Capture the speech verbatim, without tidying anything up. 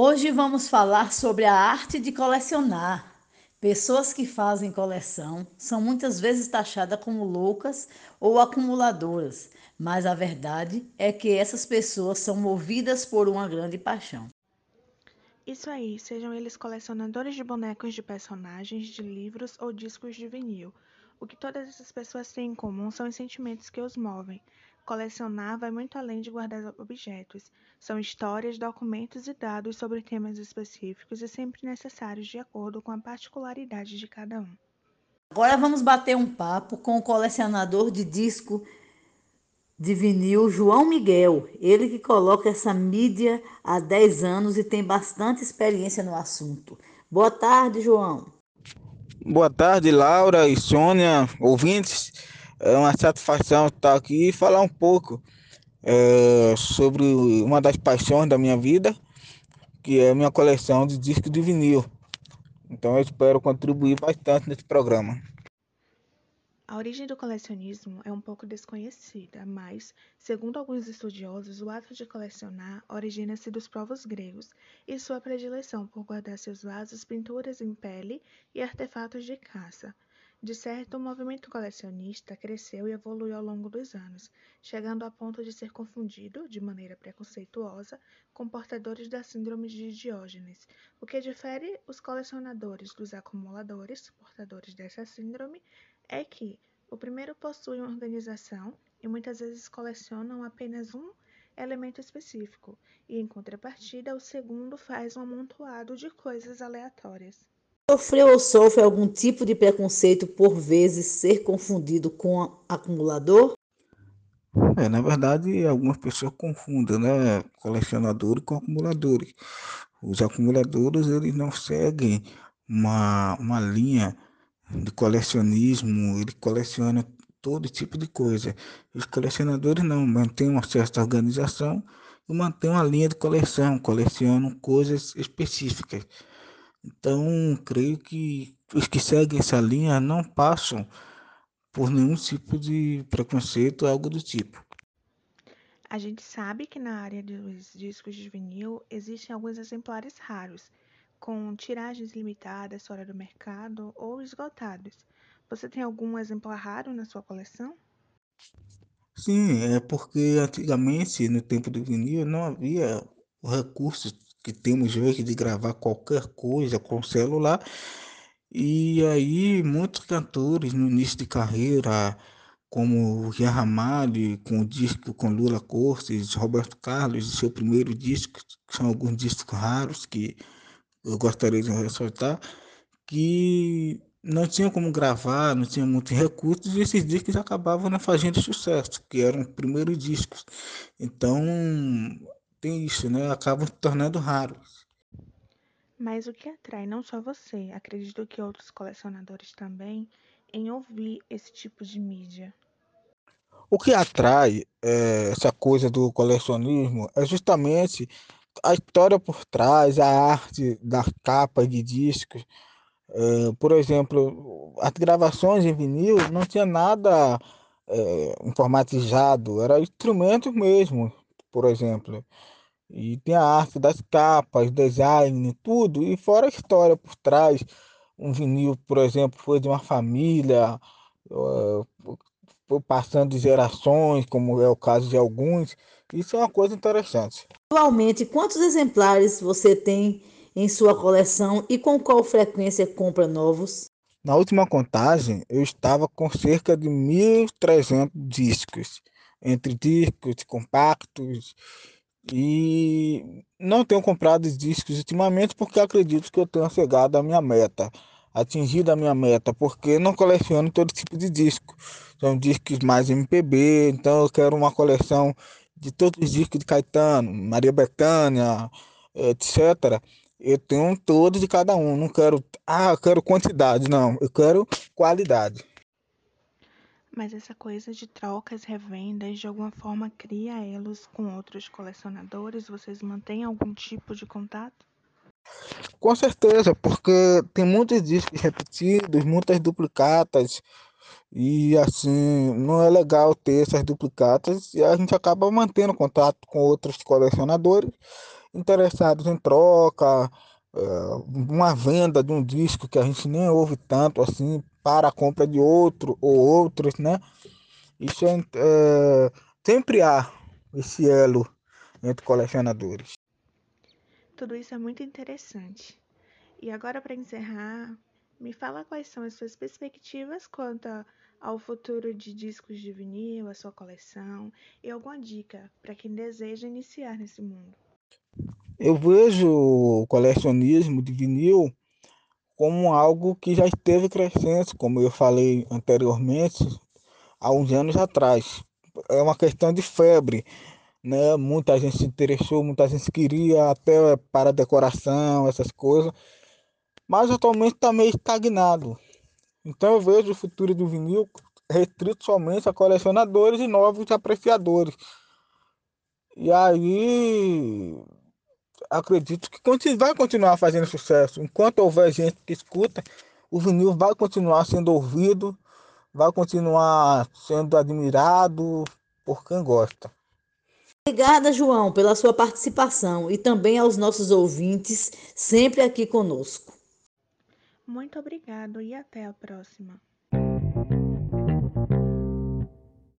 Hoje vamos falar sobre a arte de colecionar. Pessoas que fazem coleção são muitas vezes taxadas como loucas ou acumuladoras, mas a verdade é que essas pessoas são movidas por uma grande paixão. Isso aí, sejam eles colecionadores de bonecos de personagens, de livros ou discos de vinil. O que todas essas pessoas têm em comum são os sentimentos que os movem. Colecionar vai muito além de guardar objetos. São histórias, documentos e dados sobre temas específicos e sempre necessários de acordo com a particularidade de cada um. Agora vamos bater um papo com o colecionador de disco de vinil João Miguel, ele que coloca essa mídia há dez anos e tem bastante experiência no assunto. Boa tarde, João. Boa tarde, Laura e Sônia, ouvintes. É uma satisfação estar aqui e falar um pouco é, sobre uma das paixões da minha vida, que é a minha coleção de discos de vinil. Então eu espero contribuir bastante nesse programa. A origem do colecionismo é um pouco desconhecida, mas, segundo alguns estudiosos, o ato de colecionar origina-se dos povos gregos e sua predileção por guardar seus vasos, pinturas em pele e artefatos de caça. De certo, o movimento colecionista cresceu e evoluiu ao longo dos anos, chegando a ponto de ser confundido, de maneira preconceituosa, com portadores da síndrome de Diógenes, o que difere os colecionadores dos acumuladores, portadores dessa síndrome, é que o primeiro possui uma organização e muitas vezes colecionam apenas um elemento específico, e em contrapartida, o segundo faz um amontoado de coisas aleatórias. Sofreu ou sofre algum tipo de preconceito por vezes ser confundido com acumulador? É, na verdade, algumas pessoas confundem, né, colecionadores com acumuladores. Os acumuladores, eles não seguem uma, uma linha de colecionismo, ele coleciona todo tipo de coisa. Os colecionadores não, mantêm uma certa organização e mantêm uma linha de coleção, colecionam coisas específicas. Então, creio que os que seguem essa linha não passam por nenhum tipo de preconceito, algo do tipo. A gente sabe que na área dos discos de vinil existem alguns exemplares raros, com tiragens limitadas fora do mercado ou esgotados. Você tem algum exemplar raro na sua coleção? Sim, é porque antigamente, no tempo do vinil, não havia o recurso que temos hoje de gravar qualquer coisa com o celular. E aí, muitos cantores no início de carreira, como o Jean Ramalho, com o disco com Lula Cortes, Roberto Carlos, seu primeiro disco, que são alguns discos raros que eu gostaria de ressaltar, que não tinha como gravar, não tinha muitos recursos, e esses discos acabavam não fazendo sucesso, que eram os primeiros discos. Então, tem isso, né? Acabam se tornando raros. Mas o que atrai não só você, acredito que outros colecionadores também, em ouvir esse tipo de mídia? O que atrai eh, essa coisa do colecionismo é justamente a história por trás, a arte das capas de discos. Eh, por exemplo, as gravações em vinil não tinha nada eh, informatizado, era instrumento mesmo, por exemplo. E tem a arte das capas, design, tudo, e fora a história por trás. Um vinil, por exemplo, foi de uma família, eh, foi passando de gerações, como é o caso de alguns. Isso é uma coisa interessante. Atualmente, quantos exemplares você tem em sua coleção e com qual frequência compra novos? Na última contagem, eu estava com cerca de mil e trezentos discos, entre discos compactos, e não tenho comprado discos ultimamente porque acredito que eu tenho chegado à minha meta, atingido a minha meta, porque não coleciono todo tipo de disco. São discos mais M P B, então eu quero uma coleção de todos os discos de Caetano, Maria Bethânia, etcétera. Eu tenho todos de cada um. Não quero, ah, eu quero quantidade, não. Eu quero qualidade. Mas essa coisa de trocas, revendas, de alguma forma cria elos com outros colecionadores? Vocês mantêm algum tipo de contato? Com certeza, porque tem muitos discos repetidos, muitas duplicatas, e assim, não é legal ter essas duplicatas, e a gente acaba mantendo contato com outros colecionadores interessados em troca, eh, uma venda de um disco que a gente nem ouve tanto assim para a compra de outro ou outros, né? Isso é, é, sempre há esse elo entre colecionadores. Tudo isso é muito interessante. E agora, para encerrar, me fala quais são as suas perspectivas quanto ao futuro de discos de vinil, a sua coleção e alguma dica para quem deseja iniciar nesse mundo. Eu vejo o colecionismo de vinil como algo que já esteve crescendo, como eu falei anteriormente, há uns anos atrás. É uma questão de febre, né? Muita gente se interessou, muita gente queria até para decoração, essas coisas, mas atualmente está meio estagnado. Então eu vejo o futuro do vinil restrito somente a colecionadores e novos apreciadores. E aí acredito que conti- vai continuar fazendo sucesso. Enquanto houver gente que escuta, o vinil vai continuar sendo ouvido, vai continuar sendo admirado por quem gosta. Obrigada, João, pela sua participação e também aos nossos ouvintes, sempre aqui conosco. Muito obrigado e até a próxima.